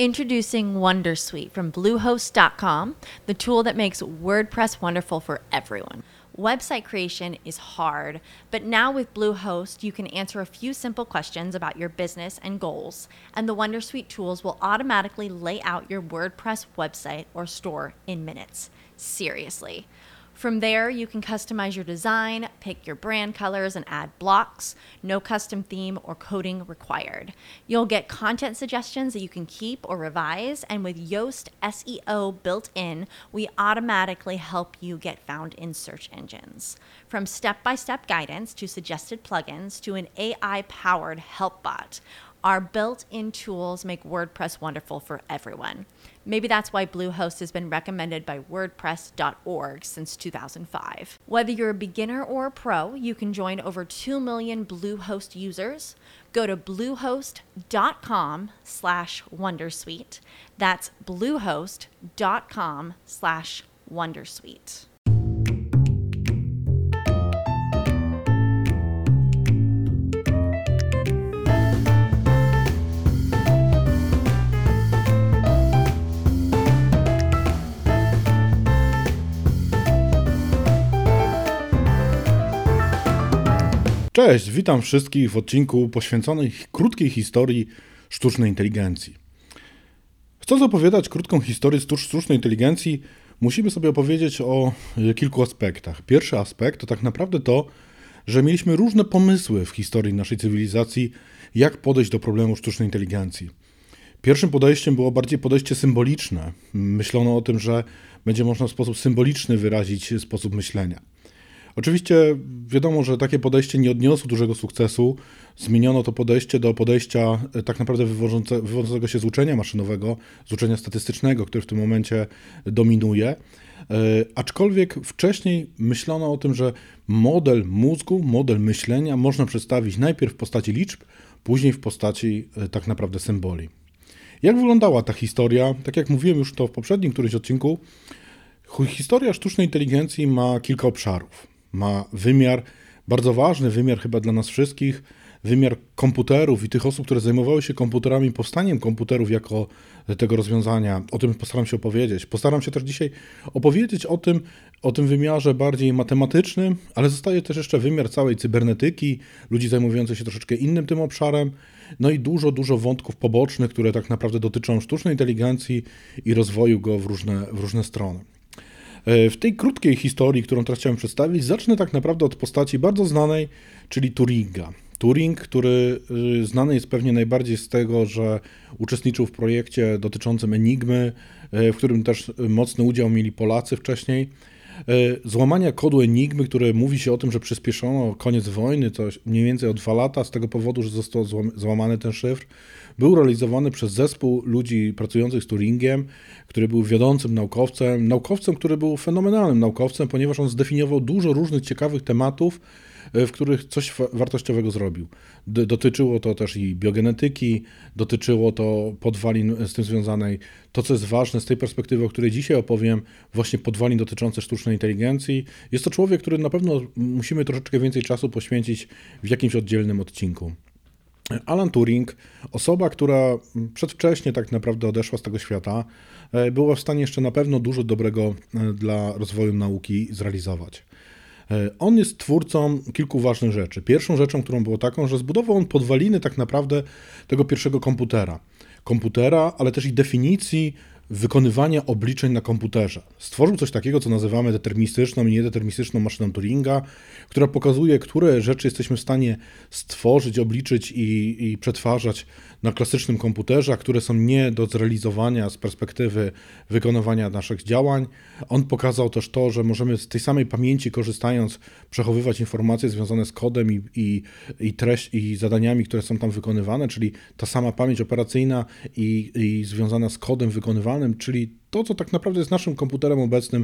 Introducing Wondersuite from Bluehost.com, the tool that makes WordPress wonderful for everyone. Website creation is hard, but now with Bluehost, you can answer a few simple questions about your business and goals, and the Wondersuite tools will automatically lay out your WordPress website or store in minutes. Seriously. From there, you can customize your design, pick your brand colors, and add blocks. No custom theme or coding required. You'll get content suggestions that you can keep or revise, and with Yoast SEO built in, we automatically help you get found in search engines. From step-by-step guidance to suggested plugins to an AI-powered help bot, our built-in tools make WordPress wonderful for everyone. Maybe that's why Bluehost has been recommended by WordPress.org since 2005. Whether you're a beginner or a pro, you can join over 2 million Bluehost users. Go to bluehost.com/wondersuite. That's bluehost.com/wondersuite. Cześć, witam wszystkich w odcinku poświęconym krótkiej historii sztucznej inteligencji. Chcąc opowiadać krótką historię sztucznej inteligencji, musimy sobie opowiedzieć o kilku aspektach. Pierwszy aspekt to tak naprawdę to, że mieliśmy różne pomysły w historii naszej cywilizacji, jak podejść do problemu sztucznej inteligencji. Pierwszym podejściem było bardziej podejście symboliczne. Myślono o tym, że będzie można w sposób symboliczny wyrazić sposób myślenia. Oczywiście wiadomo, że takie podejście nie odniosło dużego sukcesu. Zmieniono to podejście do podejścia tak naprawdę wywodzącego się z uczenia maszynowego, z uczenia statystycznego, który w tym momencie dominuje. Aczkolwiek wcześniej myślono o tym, że model mózgu, model myślenia można przedstawić najpierw w postaci liczb, później w postaci tak naprawdę symboli. Jak wyglądała ta historia? Tak jak mówiłem już to w poprzednim którymś odcinku, historia sztucznej inteligencji ma kilka obszarów. Ma wymiar, bardzo ważny wymiar chyba dla nas wszystkich, wymiar komputerów i tych osób, które zajmowały się komputerami, powstaniem komputerów jako tego rozwiązania. O tym postaram się opowiedzieć. Postaram się też dzisiaj opowiedzieć o tym wymiarze bardziej matematycznym, ale zostaje też jeszcze wymiar całej cybernetyki, ludzi zajmujących się troszeczkę innym tym obszarem, no i dużo wątków pobocznych, które tak naprawdę dotyczą sztucznej inteligencji i rozwoju go w różne strony. W tej krótkiej historii, którą teraz chciałem przedstawić, zacznę tak naprawdę od postaci bardzo znanej, czyli Turinga. Turing, który znany jest pewnie najbardziej z tego, że uczestniczył w projekcie dotyczącym Enigmy, w którym też mocny udział mieli Polacy wcześniej. Złamania kodu Enigmy, które mówi się o tym, że przyspieszono koniec wojny, to mniej więcej o 2 lata, z tego powodu, że został złamany ten szyfr, był realizowany przez zespół ludzi pracujących z Turingiem, który był wiodącym naukowcem, który był fenomenalnym naukowcem, ponieważ on zdefiniował dużo różnych ciekawych tematów, w których coś wartościowego zrobił. Dotyczyło to też i biogenetyki, dotyczyło to podwalin z tym związanej. To, co jest ważne z tej perspektywy, o której dzisiaj opowiem, właśnie podwalin dotyczących sztucznej inteligencji. Jest to człowiek, który na pewno musimy troszeczkę więcej czasu poświęcić w jakimś oddzielnym odcinku. Alan Turing, osoba, która przedwcześnie tak naprawdę odeszła z tego świata, była w stanie jeszcze na pewno dużo dobrego dla rozwoju nauki zrealizować. On jest twórcą kilku ważnych rzeczy. Pierwszą rzeczą, którą było taką, że zbudował on podwaliny tak naprawdę tego pierwszego komputera, ale też i definicji wykonywania obliczeń na komputerze. Stworzył coś takiego, co nazywamy deterministyczną i niedeterministyczną maszyną Turinga, która pokazuje, które rzeczy jesteśmy w stanie stworzyć, obliczyć i przetwarzać na klasycznym komputerze, a które są nie do zrealizowania z perspektywy wykonywania naszych działań. On pokazał też to, że możemy z tej samej pamięci korzystając przechowywać informacje związane z kodem i treść i zadaniami, które są tam wykonywane, czyli ta sama pamięć operacyjna i związana z kodem wykonywanym, czyli to, co tak naprawdę jest naszym komputerem obecnym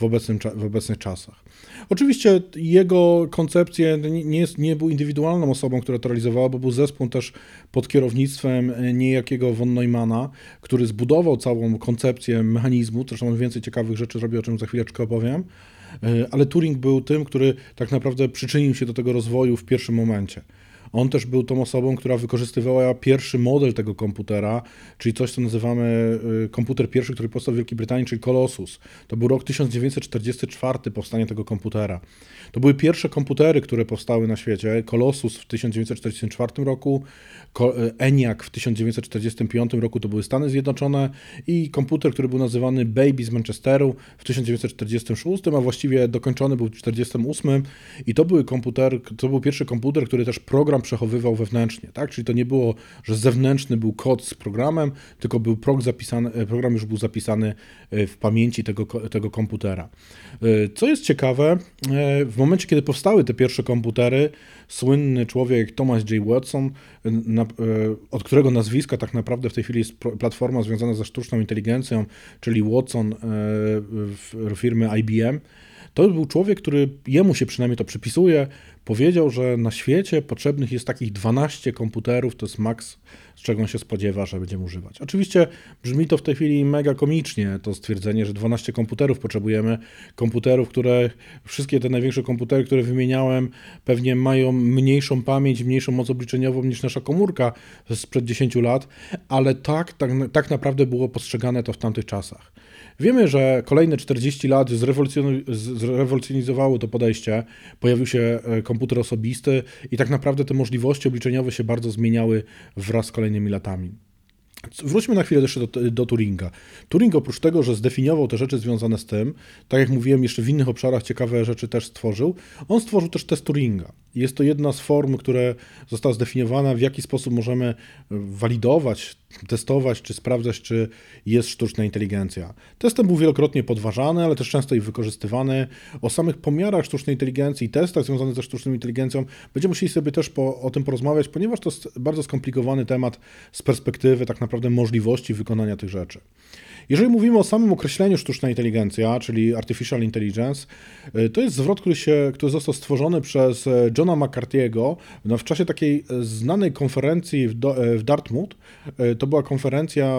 w obecnych czasach. Oczywiście jego koncepcje nie był indywidualną osobą, która to realizowała, bo był zespół też pod kierownictwem niejakiego von Neumanna, który zbudował całą koncepcję mechanizmu, zresztą on więcej ciekawych rzeczy zrobił, o czym za chwileczkę opowiem, ale Turing był tym, który tak naprawdę przyczynił się do tego rozwoju w pierwszym momencie. On też był tą osobą, która wykorzystywała pierwszy model tego komputera, czyli coś, co nazywamy komputer pierwszy, który powstał w Wielkiej Brytanii, czyli Colossus. To był rok 1944, powstanie tego komputera. To były pierwsze komputery, które powstały na świecie. Colossus w 1944 roku, ENIAC w 1945 roku to były Stany Zjednoczone i komputer, który był nazywany Baby z Manchesteru w 1946, a właściwie dokończony był w 1948 i to był pierwszy komputer, który też program przechowywał wewnętrznie, tak? Czyli to nie było, że zewnętrzny był kod z programem, tylko był program już był zapisany w pamięci tego komputera. Co jest ciekawe, w momencie, kiedy powstały te pierwsze komputery, słynny człowiek Thomas J. Watson, od którego nazwiska tak naprawdę w tej chwili jest platforma związana ze sztuczną inteligencją, czyli Watson firmy IBM, to był człowiek, który, jemu się przynajmniej to przypisuje, powiedział, że na świecie potrzebnych jest takich 12 komputerów, to jest maks, z czego on się spodziewa, że będziemy używać. Oczywiście brzmi to w tej chwili mega komicznie, to stwierdzenie, że 12 komputerów potrzebujemy, komputerów, wszystkie te największe komputery, które wymieniałem, pewnie mają mniejszą pamięć, mniejszą moc obliczeniową niż nasza komórka sprzed 10 lat, ale tak naprawdę było postrzegane to w tamtych czasach. Wiemy, że kolejne 40 lat zrewolucjonizowało to podejście, pojawił się komputer osobisty i tak naprawdę te możliwości obliczeniowe się bardzo zmieniały wraz z kolejnymi latami. Wróćmy na chwilę jeszcze do Turinga. Turing oprócz tego, że zdefiniował te rzeczy związane z tym, tak jak mówiłem, jeszcze w innych obszarach ciekawe rzeczy też stworzył, on stworzył też test Turinga. Jest to jedna z form, która została zdefiniowana, w jaki sposób możemy walidować, testować, czy sprawdzać, czy jest sztuczna inteligencja. Testem był wielokrotnie podważany, ale też często i wykorzystywany. O samych pomiarach sztucznej inteligencji i testach związanych ze sztuczną inteligencją będziemy musieli sobie też o tym porozmawiać, ponieważ to jest bardzo skomplikowany temat z perspektywy tak naprawdę możliwości wykonania tych rzeczy. Jeżeli mówimy o samym określeniu sztuczna inteligencja, czyli artificial intelligence, to jest zwrot, który został stworzony przez Johna McCarthy'ego w czasie takiej znanej konferencji w Dartmouth. To była konferencja,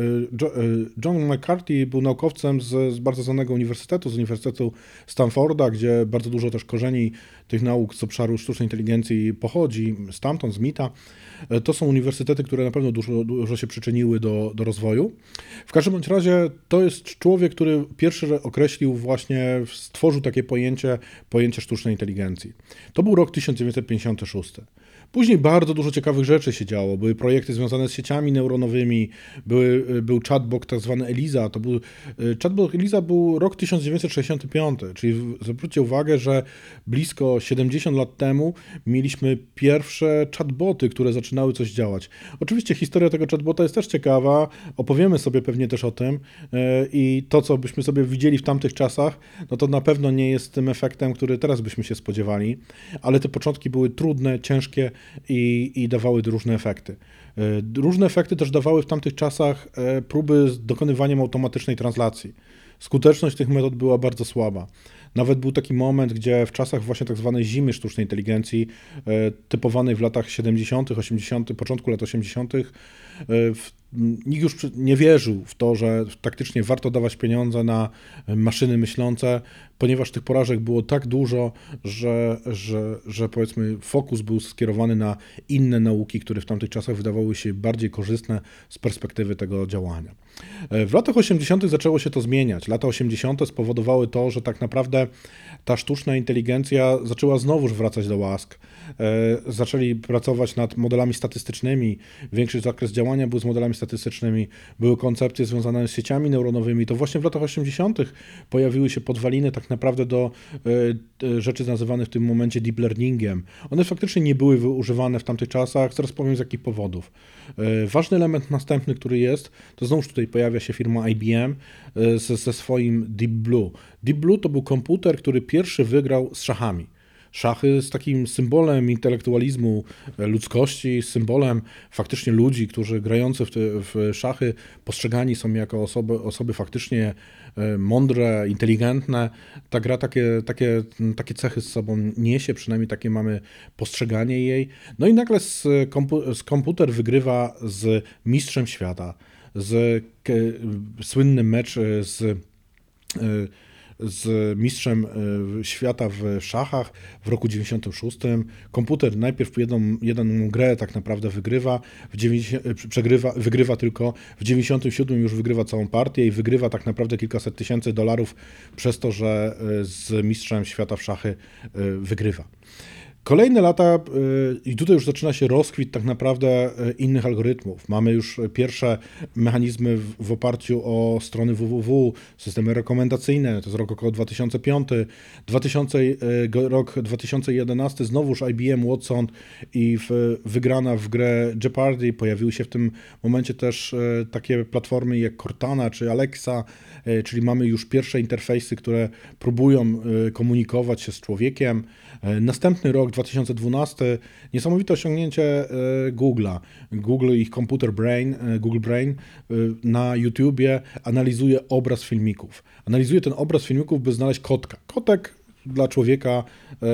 John McCarthy był naukowcem z bardzo znanego uniwersytetu, z Uniwersytetu Stanforda, gdzie bardzo dużo też korzeni tych nauk z obszaru sztucznej inteligencji pochodzi, stamtąd, z MIT-a. To są uniwersytety, które na pewno dużo się przyczyniły do rozwoju. W każdym bądź razie to jest człowiek, który pierwszy określił właśnie, stworzył takie pojęcie sztucznej inteligencji. To był rok 1956. Później bardzo dużo ciekawych rzeczy się działo. Były projekty związane z sieciami neuronowymi, był chatbot tak zwany ELIZA. Chatbot ELIZA był rok 1965, czyli zwróćcie uwagę, że blisko 70 lat temu mieliśmy pierwsze chatboty, które zaczynały coś działać. Oczywiście historia tego chatbota jest też ciekawa, opowiemy sobie pewnie też o tym i to, co byśmy sobie widzieli w tamtych czasach, no to na pewno nie jest tym efektem, który teraz byśmy się spodziewali, ale te początki były trudne, ciężkie i dawały różne efekty. Różne efekty też dawały w tamtych czasach próby z dokonywaniem automatycznej translacji. Skuteczność tych metod była bardzo słaba. Nawet był taki moment, gdzie w czasach właśnie tak zwanej zimy sztucznej inteligencji, typowanej w latach 70., 80., początku lat 80., nikt już nie wierzył w to, że faktycznie warto dawać pieniądze na maszyny myślące, ponieważ tych porażek było tak dużo, że powiedzmy fokus był skierowany na inne nauki, które w tamtych czasach wydawały się bardziej korzystne z perspektywy tego działania. W latach 80. zaczęło się to zmieniać. Lata 80. spowodowały to, że tak naprawdę ta sztuczna inteligencja zaczęła znowuż wracać do łask. Zaczęli pracować nad modelami statystycznymi. Większy zakres działania był z modelami statystycznymi. Były koncepcje związane z sieciami neuronowymi. To właśnie w latach 80. pojawiły się podwaliny tak naprawdę do rzeczy nazywanych w tym momencie deep learningiem. One faktycznie nie były używane w tamtych czasach. Zaraz powiem z jakich powodów. Ważny element następny, który jest, to znowuż tutaj pojawia się firma IBM ze swoim Deep Blue. Deep Blue to był komputer, który pierwszy wygrał z szachami. Szachy z takim symbolem intelektualizmu ludzkości, symbolem faktycznie ludzi, którzy grający w szachy postrzegani są jako osoby faktycznie mądre, inteligentne. Ta gra takie cechy z sobą niesie, przynajmniej takie mamy postrzeganie jej. No i nagle komputer wygrywa z mistrzem świata, słynny mecz z mistrzem świata w szachach w roku 96. Komputer najpierw jedną grę tak naprawdę wygrywa, wygrywa tylko, w 97 już wygrywa całą partię i wygrywa tak naprawdę kilkaset tysięcy dolarów przez to, że z mistrzem świata w szachy wygrywa. Kolejne lata i tutaj już zaczyna się rozkwit tak naprawdę innych algorytmów. Mamy już pierwsze mechanizmy w oparciu o strony www, systemy rekomendacyjne, to jest rok około 2005, rok 2011, znowuż IBM, Watson i wygrana w grę Jeopardy. Pojawiły się w tym momencie też takie platformy jak Cortana czy Alexa, czyli mamy już pierwsze interfejsy, które próbują komunikować się z człowiekiem. Następny rok, 2012, niesamowite osiągnięcie Google'a. Google, ich komputer Brain, Google Brain na YouTubie analizuje obraz filmików. Analizuje ten obraz filmików, by znaleźć kotka. Kotek dla człowieka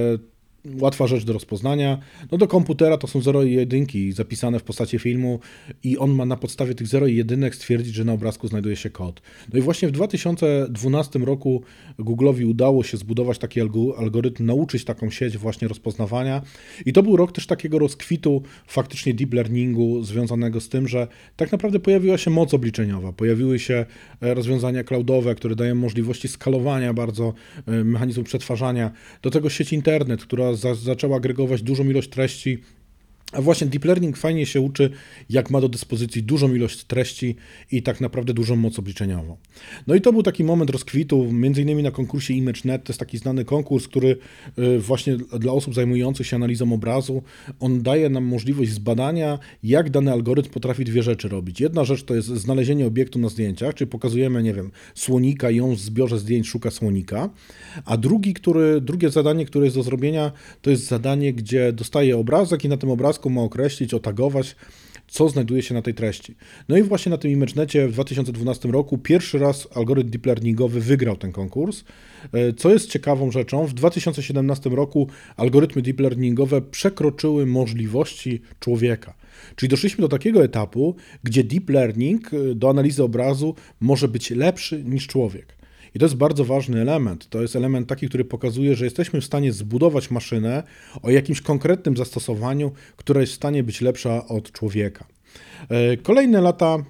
łatwa rzecz do rozpoznania. No do komputera to są 0 i 1 zapisane w postaci filmu i on ma na podstawie tych 0 i 1 stwierdzić, że na obrazku znajduje się kot. No i właśnie w 2012 roku Google'owi udało się zbudować taki algorytm, nauczyć taką sieć właśnie rozpoznawania i to był rok też takiego rozkwitu faktycznie deep learningu związanego z tym, że tak naprawdę pojawiła się moc obliczeniowa, pojawiły się rozwiązania cloudowe, które dają możliwości skalowania bardzo mechanizmu przetwarzania, do tego sieć internet, która zaczęła agregować dużą ilość treści, a właśnie deep learning fajnie się uczy, jak ma do dyspozycji dużą ilość treści i tak naprawdę dużą moc obliczeniową. No i to był taki moment rozkwitu, między innymi na konkursie ImageNet, to jest taki znany konkurs, który właśnie dla osób zajmujących się analizą obrazu, on daje nam możliwość zbadania, jak dany algorytm potrafi dwie rzeczy robić. Jedna rzecz to jest znalezienie obiektu na zdjęciach, czyli pokazujemy, nie wiem, słonika i on w zbiorze zdjęć szuka słonika, a drugie zadanie, które jest do zrobienia, to jest zadanie, gdzie dostaje obrazek i na tym obrazku ma określić, otagować, co znajduje się na tej treści. No i właśnie na tym ImageNecie w 2012 roku pierwszy raz algorytm deep learningowy wygrał ten konkurs. Co jest ciekawą rzeczą, w 2017 roku algorytmy deep learningowe przekroczyły możliwości człowieka. Czyli doszliśmy do takiego etapu, gdzie deep learning do analizy obrazu może być lepszy niż człowiek. I to jest bardzo ważny element. To jest element taki, który pokazuje, że jesteśmy w stanie zbudować maszynę o jakimś konkretnym zastosowaniu, która jest w stanie być lepsza od człowieka. Kolejne lata,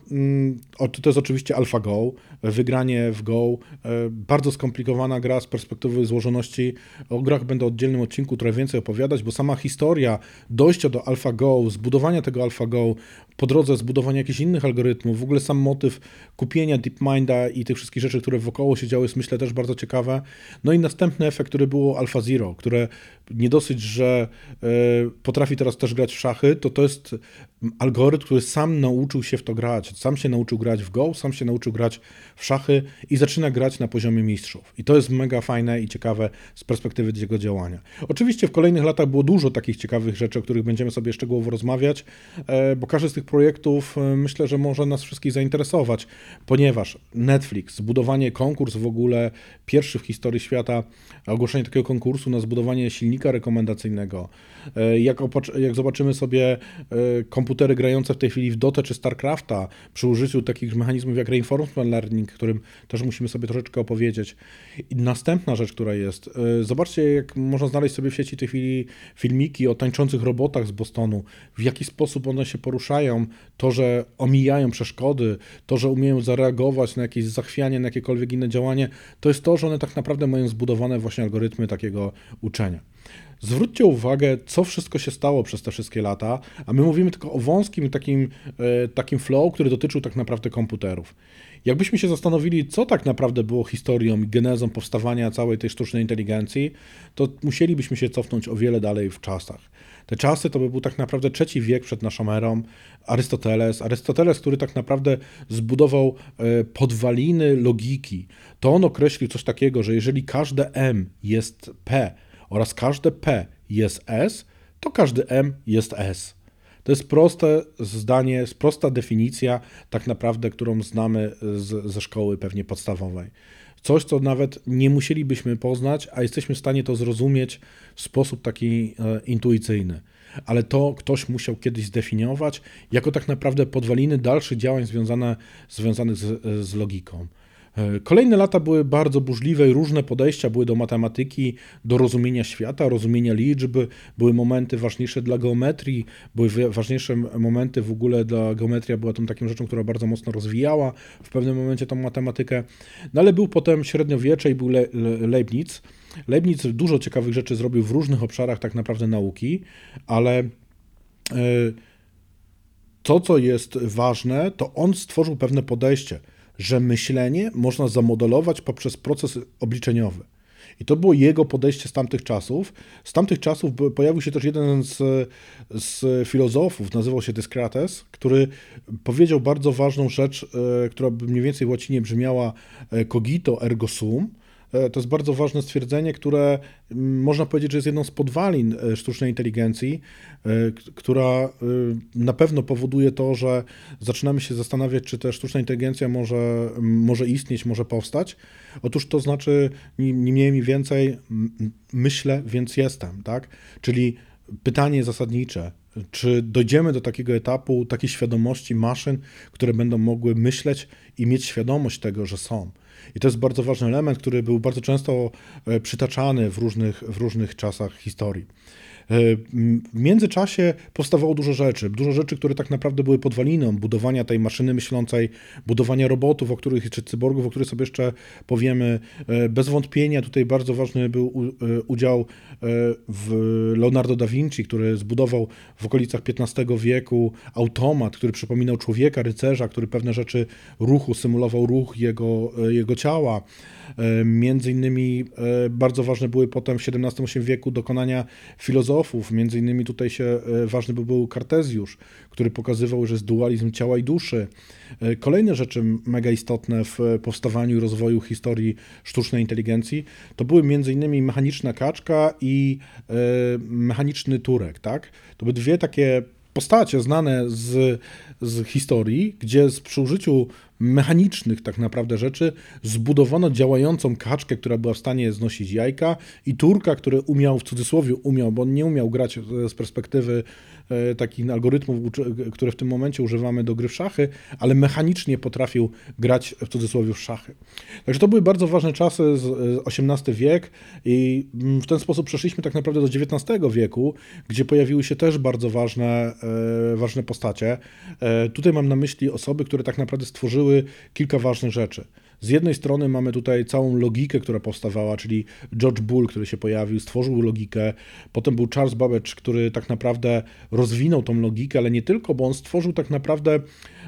to jest oczywiście AlphaGo, wygranie w Go, bardzo skomplikowana gra z perspektywy złożoności. O grach będę w oddzielnym odcinku trochę więcej opowiadać, bo sama historia dojścia do AlphaGo, zbudowania tego AlphaGo, po drodze zbudowania jakichś innych algorytmów, w ogóle sam motyw kupienia DeepMinda i tych wszystkich rzeczy, które wokoło się działy, jest myślę też bardzo ciekawe. No i następny efekt, który było AlphaZero, które nie dosyć, że potrafi teraz też grać w szachy, to jest algorytm, który sam nauczył się w to grać. Sam się nauczył grać w Go, sam się nauczył grać w szachy i zaczyna grać na poziomie mistrzów. I to jest mega fajne i ciekawe z perspektywy jego działania. Oczywiście w kolejnych latach było dużo takich ciekawych rzeczy, o których będziemy sobie szczegółowo rozmawiać, bo każdy z tych projektów myślę, że może nas wszystkich zainteresować, ponieważ Netflix, zbudowanie konkurs w ogóle, pierwszy w historii świata, ogłoszenie takiego konkursu na zbudowanie silnika rekomendacyjnego. Jak zobaczymy sobie komputery grające w tej chwili w Dotę czy StarCrafta przy użyciu takich mechanizmów jak reinforcement learning, którym też musimy sobie troszeczkę opowiedzieć. I następna rzecz, która jest, zobaczcie, jak można znaleźć sobie w sieci w tej chwili filmiki o tańczących robotach z Bostonu, w jaki sposób one się poruszają, to, że omijają przeszkody, to, że umieją zareagować na jakieś zachwianie, na jakiekolwiek inne działanie, to jest to, że one tak naprawdę mają zbudowane właśnie algorytmy takiego uczenia. Zwróćcie uwagę, co wszystko się stało przez te wszystkie lata, a my mówimy tylko o wąskim takim flow, który dotyczył tak naprawdę komputerów. Jakbyśmy się zastanowili, co tak naprawdę było historią i genezą powstawania całej tej sztucznej inteligencji, to musielibyśmy się cofnąć o wiele dalej w czasach. Te czasy to by był tak naprawdę III wiek przed naszą erą, Arystoteles, który tak naprawdę zbudował podwaliny logiki. To on określił coś takiego, że jeżeli każde M jest P oraz każde P jest S, to każdy M jest S. To jest proste zdanie, prosta definicja tak naprawdę, którą znamy ze szkoły pewnie podstawowej. Coś, co nawet nie musielibyśmy poznać, a jesteśmy w stanie to zrozumieć w sposób taki intuicyjny. Ale to ktoś musiał kiedyś zdefiniować jako tak naprawdę podwaliny dalszych działań związanych z logiką. Kolejne lata były bardzo burzliwe i różne podejścia były do matematyki, do rozumienia świata, rozumienia liczby. Były momenty ważniejsze dla geometrii, były ważniejsze momenty w ogóle dla geometria była tą taką rzeczą, która bardzo mocno rozwijała w pewnym momencie tą matematykę. No ale był potem średniowiecze i był Leibniz. Leibniz dużo ciekawych rzeczy zrobił w różnych obszarach tak naprawdę nauki, ale to, co jest ważne, to on stworzył pewne podejście, że myślenie można zamodelować poprzez proces obliczeniowy. I to było jego podejście z tamtych czasów. Z tamtych czasów pojawił się też jeden z filozofów, nazywał się Descartes, który powiedział bardzo ważną rzecz, która mniej więcej w łacinie brzmiała cogito ergo sum. To jest bardzo ważne stwierdzenie, które można powiedzieć, że jest jedną z podwalin sztucznej inteligencji, która na pewno powoduje to, że zaczynamy się zastanawiać, czy ta sztuczna inteligencja może istnieć, może powstać. Otóż to znaczy, ni mniej, ni więcej, myślę, więc jestem, tak? Czyli pytanie zasadnicze, czy dojdziemy do takiego etapu, takiej świadomości maszyn, które będą mogły myśleć i mieć świadomość tego, że są. I to jest bardzo ważny element, który był bardzo często przytaczany w różnych czasach historii. W międzyczasie powstawało dużo rzeczy, które tak naprawdę były podwaliną budowania tej maszyny myślącej, budowania robotów, czy cyborgów, o których sobie jeszcze powiemy. Bez wątpienia tutaj bardzo ważny był udział w Leonardo da Vinci, który zbudował w okolicach XV wieku automat, który przypominał człowieka, rycerza, który pewne rzeczy ruchu, symulował ruch jego ciała. Między innymi bardzo ważne były potem w XVII wieku dokonania filozofów, między innymi tutaj ważny był Kartezjusz, który pokazywał, że jest dualizm ciała i duszy. Kolejne rzeczy mega istotne w powstawaniu i rozwoju historii sztucznej inteligencji to były między innymi mechaniczna kaczka i mechaniczny Turek, tak? To były dwie takie postacie znane z historii, gdzie przy użyciu mechanicznych tak naprawdę rzeczy zbudowano działającą kaczkę, która była w stanie znosić jajka i Turka, który umiał, w cudzysłowie umiał, bo on nie umiał grać z perspektywy takich algorytmów, które w tym momencie używamy do gry w szachy, ale mechanicznie potrafił grać w cudzysłowie w szachy. Także to były bardzo ważne czasy z XVIII wiek i w ten sposób przeszliśmy tak naprawdę do XIX wieku, gdzie pojawiły się też bardzo ważne postacie. Tutaj mam na myśli osoby, które tak naprawdę stworzyły kilka ważnych rzeczy. Z jednej strony mamy tutaj całą logikę, która powstawała, czyli George Boole, który się pojawił, stworzył logikę. Potem był Charles Babbage, który tak naprawdę rozwinął tą logikę, ale nie tylko, bo on stworzył tak naprawdę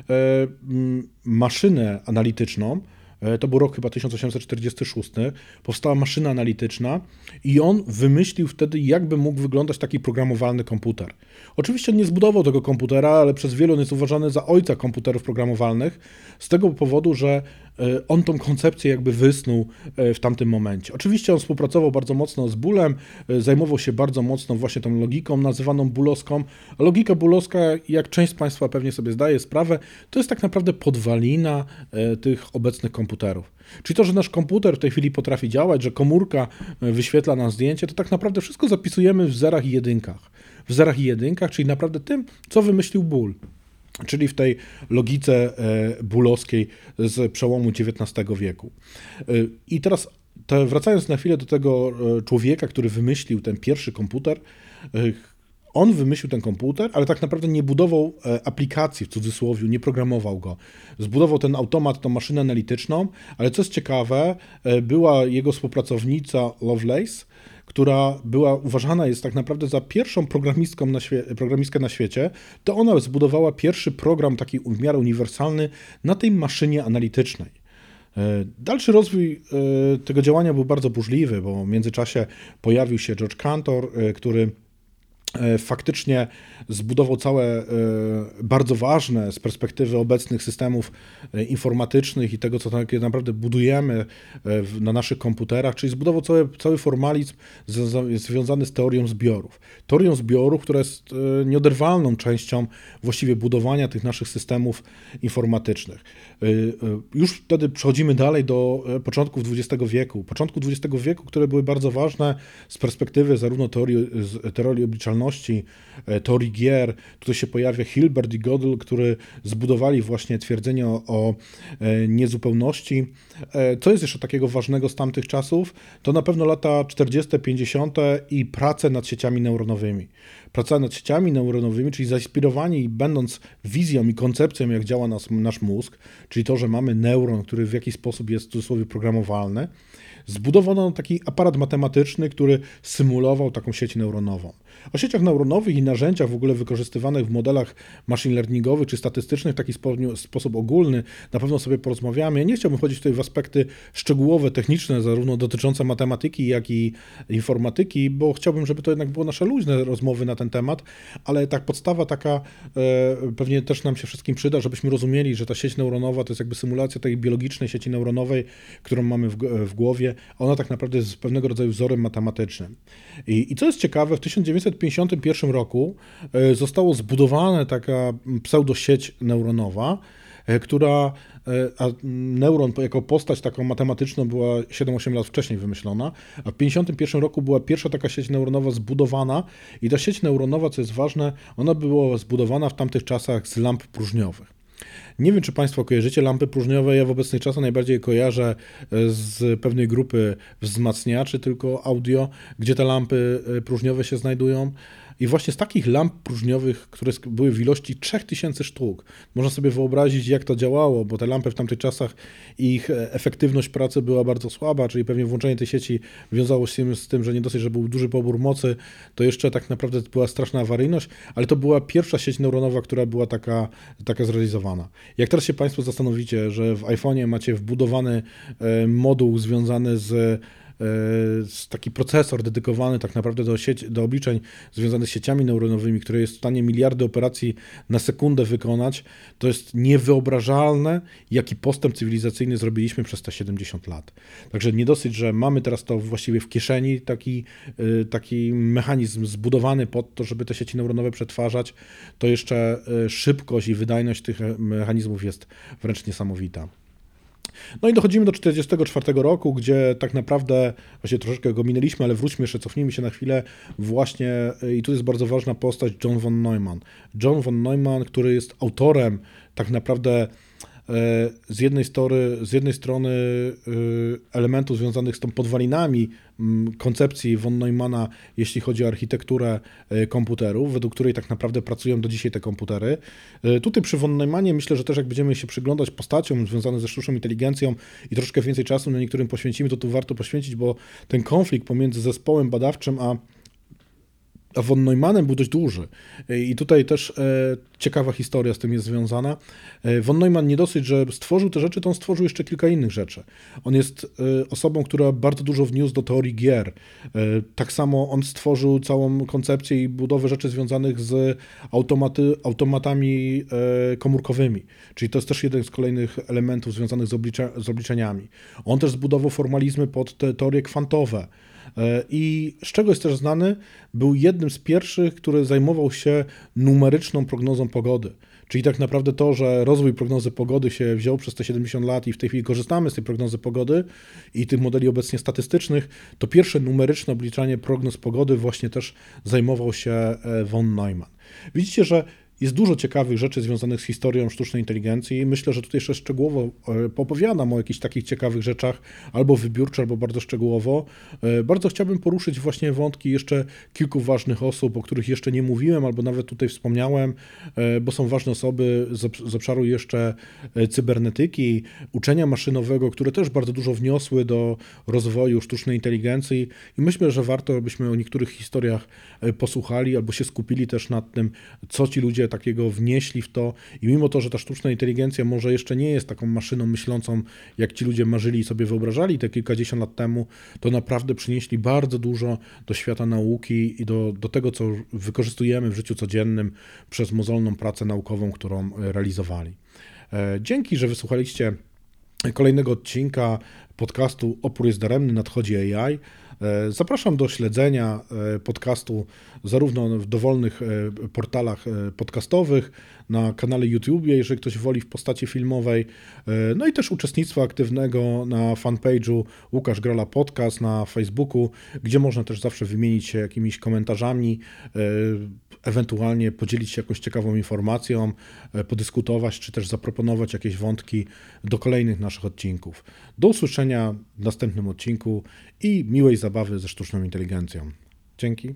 maszynę analityczną. To był rok chyba 1846. Powstała maszyna analityczna i on wymyślił wtedy, jakby mógł wyglądać taki programowalny komputer. Oczywiście on nie zbudował tego komputera, ale przez wielu on jest uważany za ojca komputerów programowalnych z tego powodu, że on tą koncepcję jakby wysnuł w tamtym momencie. Oczywiście on współpracował bardzo mocno z Boolem, zajmował się bardzo mocno właśnie tą logiką nazywaną boolowską. A logika boolowska, jak część z Państwa pewnie sobie zdaje sprawę, to jest tak naprawdę podwalina tych obecnych komputerów. Czyli to, że nasz komputer w tej chwili potrafi działać, że komórka wyświetla nam zdjęcie, to tak naprawdę wszystko zapisujemy w zerach i jedynkach. W zerach i jedynkach, czyli naprawdę tym, co wymyślił Boole. Czyli w tej logice boolowskiej z przełomu XIX wieku. I teraz wracając na chwilę do tego człowieka, który wymyślił ten pierwszy komputer, on wymyślił ten komputer, ale tak naprawdę nie budował aplikacji w cudzysłowie, nie programował go. Zbudował ten automat, tą maszynę analityczną, ale co jest ciekawe, była jego współpracownica Lovelace, która uważana jest tak naprawdę za pierwszą programistkę na świecie, to ona zbudowała pierwszy program taki w miarę uniwersalny na tej maszynie analitycznej. Dalszy rozwój tego działania był bardzo burzliwy, bo w międzyczasie pojawił się George Cantor, który faktycznie zbudował całe bardzo ważne z perspektywy obecnych systemów informatycznych i tego, co tak naprawdę budujemy na naszych komputerach, czyli zbudował cały formalizm związany z teorią zbiorów. Teorią zbiorów, która jest nieoderwalną częścią właściwie budowania tych naszych systemów informatycznych. Już wtedy przechodzimy dalej do początków XX wieku. Początku XX wieku, które były bardzo ważne z perspektywy zarówno teorii obliczalności, niezauważalności, teorii gier. Tutaj się pojawia Hilbert i Gödel, którzy zbudowali właśnie twierdzenie o niezupełności. Co jest jeszcze takiego ważnego z tamtych czasów? To na pewno lata 40., 50. i prace nad sieciami neuronowymi. Praca nad sieciami neuronowymi, czyli zainspirowani, będąc wizją i koncepcją, jak działa nasz mózg, czyli to, że mamy neuron, który w jakiś sposób jest w cudzysłowie programowalny, zbudowano taki aparat matematyczny, który symulował taką sieć neuronową. O sieciach neuronowych i narzędziach w ogóle wykorzystywanych w modelach machine learningowych czy statystycznych w taki sposób ogólny na pewno sobie porozmawiamy. Ja nie chciałbym wchodzić tutaj w aspekty szczegółowe, techniczne, zarówno dotyczące matematyki, jak i informatyki, bo chciałbym, żeby to jednak było nasze luźne rozmowy na ten temat, ale tak podstawa taka pewnie też nam się wszystkim przyda, żebyśmy rozumieli, że ta sieć neuronowa to jest jakby symulacja tej biologicznej sieci neuronowej, którą mamy w głowie. Ona tak naprawdę jest pewnego rodzaju wzorem matematycznym. I co jest ciekawe, w 1951 roku została zbudowana taka pseudosieć neuronowa, która, a neuron jako postać taką matematyczną była 7-8 lat wcześniej wymyślona, a w 1951 roku była pierwsza taka sieć neuronowa zbudowana i ta sieć neuronowa, co jest ważne, ona była zbudowana w tamtych czasach z lamp próżniowych. Nie wiem, czy Państwo kojarzycie lampy próżniowe, ja w obecnych czasach najbardziej kojarzę z pewnej grupy wzmacniaczy tylko audio, gdzie te lampy próżniowe się znajdują. I właśnie z takich lamp próżniowych, które były w ilości 3000 sztuk, można sobie wyobrazić, jak to działało, bo te lampy w tamtych czasach, ich efektywność pracy była bardzo słaba, czyli pewnie włączenie tej sieci wiązało się z tym, że nie dosyć, że był duży pobór mocy, to jeszcze tak naprawdę była straszna awaryjność, ale to była pierwsza sieć neuronowa, która była taka zrealizowana. Jak teraz się Państwo zastanowicie, że w iPhone'ie macie wbudowany moduł związany z taki procesor dedykowany tak naprawdę do obliczeń związanych z sieciami neuronowymi, który jest w stanie miliardy operacji na sekundę wykonać, to jest niewyobrażalne, jaki postęp cywilizacyjny zrobiliśmy przez te 70 lat. Także nie dosyć, że mamy teraz to właściwie w kieszeni, taki mechanizm zbudowany pod to, żeby te sieci neuronowe przetwarzać, to jeszcze szybkość i wydajność tych mechanizmów jest wręcz niesamowita. No i dochodzimy do 1944 roku, gdzie tak naprawdę, właśnie troszeczkę go minęliśmy, ale wróćmy jeszcze, cofnijmy się na chwilę właśnie, i tu jest bardzo ważna postać John von Neumann. John von Neumann, który jest autorem tak naprawdę z jednej strony elementów związanych z tą podwalinami koncepcji von Neumanna, jeśli chodzi o architekturę komputerów, według której tak naprawdę pracują do dzisiaj te komputery. Tutaj przy von Neumannie myślę, że też jak będziemy się przyglądać postaciom związanym ze sztuczną inteligencją i troszkę więcej czasu na niektórym poświęcimy, to tu warto poświęcić, bo ten konflikt pomiędzy zespołem badawczym a von Neumannem był dość duży i tutaj też ciekawa historia z tym jest związana. Von Neumann nie dosyć, że stworzył te rzeczy, to on stworzył jeszcze kilka innych rzeczy. On jest osobą, która bardzo dużo wniósł do teorii gier. Tak samo on stworzył całą koncepcję i budowę rzeczy związanych z automatami komórkowymi, czyli to jest też jeden z kolejnych elementów związanych z obliczeniami. On też zbudował formalizmy pod te teorie kwantowe. I z czego jest też znany, był jednym z pierwszych, który zajmował się numeryczną prognozą pogody. Czyli tak naprawdę to, że rozwój prognozy pogody się wziął przez te 70 lat i w tej chwili korzystamy z tej prognozy pogody i tych modeli obecnie statystycznych, to pierwsze numeryczne obliczanie prognoz pogody właśnie też zajmował się von Neumann. Widzicie, że jest dużo ciekawych rzeczy związanych z historią sztucznej inteligencji i myślę, że tutaj jeszcze szczegółowo poopowiadam o jakichś takich ciekawych rzeczach, albo wybiórczo, albo bardzo szczegółowo. Bardzo chciałbym poruszyć właśnie wątki jeszcze kilku ważnych osób, o których jeszcze nie mówiłem, albo nawet tutaj wspomniałem, bo są ważne osoby z obszaru jeszcze cybernetyki, uczenia maszynowego, które też bardzo dużo wniosły do rozwoju sztucznej inteligencji i myślę, że warto, byśmy o niektórych historiach posłuchali, albo się skupili też nad tym, co ci ludzie takiego wnieśli w to i mimo to, że ta sztuczna inteligencja może jeszcze nie jest taką maszyną myślącą, jak ci ludzie marzyli i sobie wyobrażali te kilkadziesiąt lat temu, to naprawdę przynieśli bardzo dużo do świata nauki i do tego, co wykorzystujemy w życiu codziennym przez mozolną pracę naukową, którą realizowali. Dzięki, że wysłuchaliście kolejnego odcinka podcastu Opór jest daremny, nadchodzi AI. Zapraszam do śledzenia podcastu zarówno w dowolnych portalach podcastowych, na kanale YouTube, jeżeli ktoś woli w postaci filmowej, no i też uczestnictwa aktywnego na fanpage'u Łukasz Grala Podcast na Facebooku, gdzie można też zawsze wymienić się jakimiś komentarzami, ewentualnie podzielić się jakąś ciekawą informacją, podyskutować, czy też zaproponować jakieś wątki do kolejnych naszych odcinków. Do usłyszenia w następnym odcinku i miłej zabawy ze sztuczną inteligencją. Dzięki.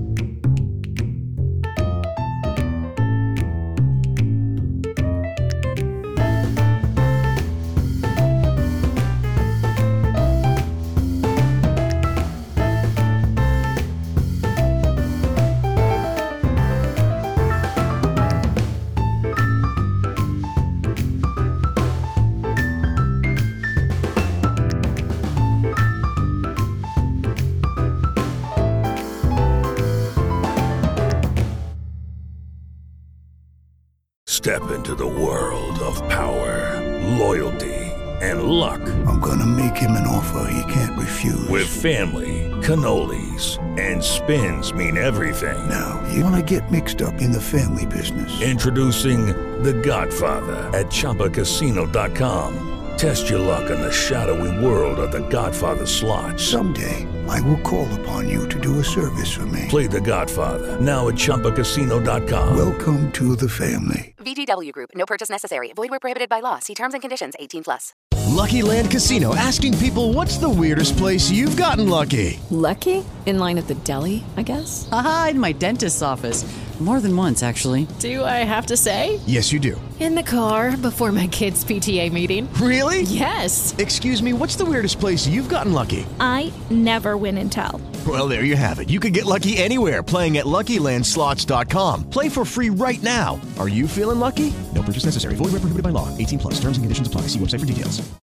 Step into the world of power, loyalty, and luck. I'm gonna make him an offer he can't refuse. With family, cannolis, and spins mean everything. Now, you wanna get mixed up in the family business. Introducing The Godfather at ChumbaCasino.com. Test your luck in the shadowy world of The Godfather slot. Someday, I will call upon you to do a service for me. Play The Godfather now at ChumbaCasino.com. Welcome to the family. VGW Group. No purchase necessary. Void where prohibited by law. See terms and conditions. 18+. Lucky Land Casino, asking people, what's the weirdest place you've gotten lucky? Lucky? In line at the deli, I guess? Aha, in my dentist's office. More than once, actually. Do I have to say? Yes, you do. In the car before my kids' PTA meeting. Really? Yes. Excuse me, what's the weirdest place you've gotten lucky? I never win and tell. Well, there you have it. You can get lucky anywhere, playing at LuckyLandSlots.com. Play for free right now. Are you feeling lucky? No purchase necessary. Void where prohibited by law. 18+. Terms and conditions apply. See website for details.